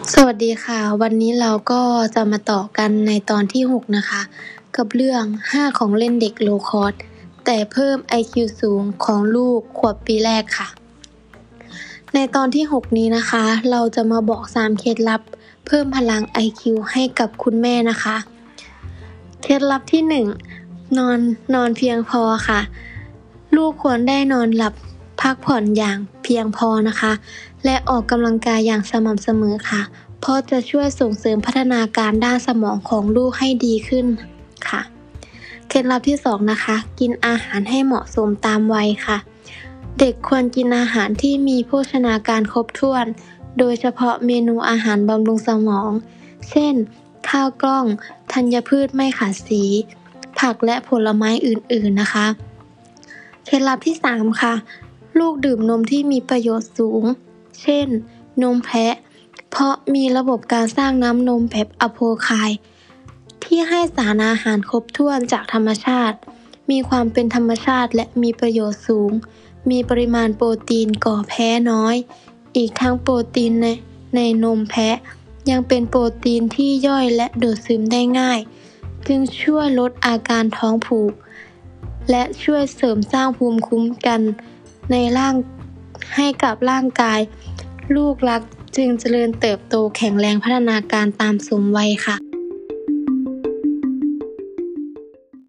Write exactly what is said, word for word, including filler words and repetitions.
สวัสดีค่ะวันนี้เราก็จะมาต่อกันในตอนที่หกนะคะกับเรื่องห้าของเล่นเด็กโลคอสแต่เพิ่ม ไอ คิว สูงของลูกขวบปีแรกค่ะในตอนที่หกนี้นะคะเราจะมาบอกสามเคล็ดลับเพิ่มพลัง ไอ คิว ให้กับคุณแม่นะคะเคล็ดลับที่หนึ่งนอนนอนเพียงพอค่ะลูกควรได้นอนหลับพักผ่อนอย่างเพียงพอนะคะและออกกำลังกายอย่างสม่ำเสมอค่ะเพราะจะช่วยส่งเสริมพัฒนาการด้านสมองของลูกให้ดีขึ้นค่ะเคล็ดลับที่สองนะคะกินอาหารให้เหมาะสมตามวัยค่ะเด็กควรกินอาหารที่มีโภชนาการครบถ้วนโดยเฉพาะเมนูอาหารบำรุงสมองเช่นข้าวกล้องธัญพืชไม่ขัดสีผักและผลไม้อื่นๆนะคะเคล็ดลับที่สามค่ะลูกดื่มนมที่มีประโยชน์สูงเช่นนมแพะเพราะมีระบบการสร้างน้ำนมแบบอะโพไคน์ที่ให้สารอาหารครบถ้วนจากธรรมชาติมีความเป็นธรรมชาติและมีประโยชน์สูงมีปริมาณโปรตีนก่อแพ้น้อยอีกทั้งโปรตีนในในนมแพะยังเป็นโปรตีนที่ย่อยและดูดซึมได้ง่ายจึงช่วยลดอาการท้องผูกและช่วยเสริมสร้างภูมิคุ้มกันในร่างให้กับร่างกายลูกรักจึงเจริญเติบโตแข็งแรงพัฒนาการตามสมวัยค่ะ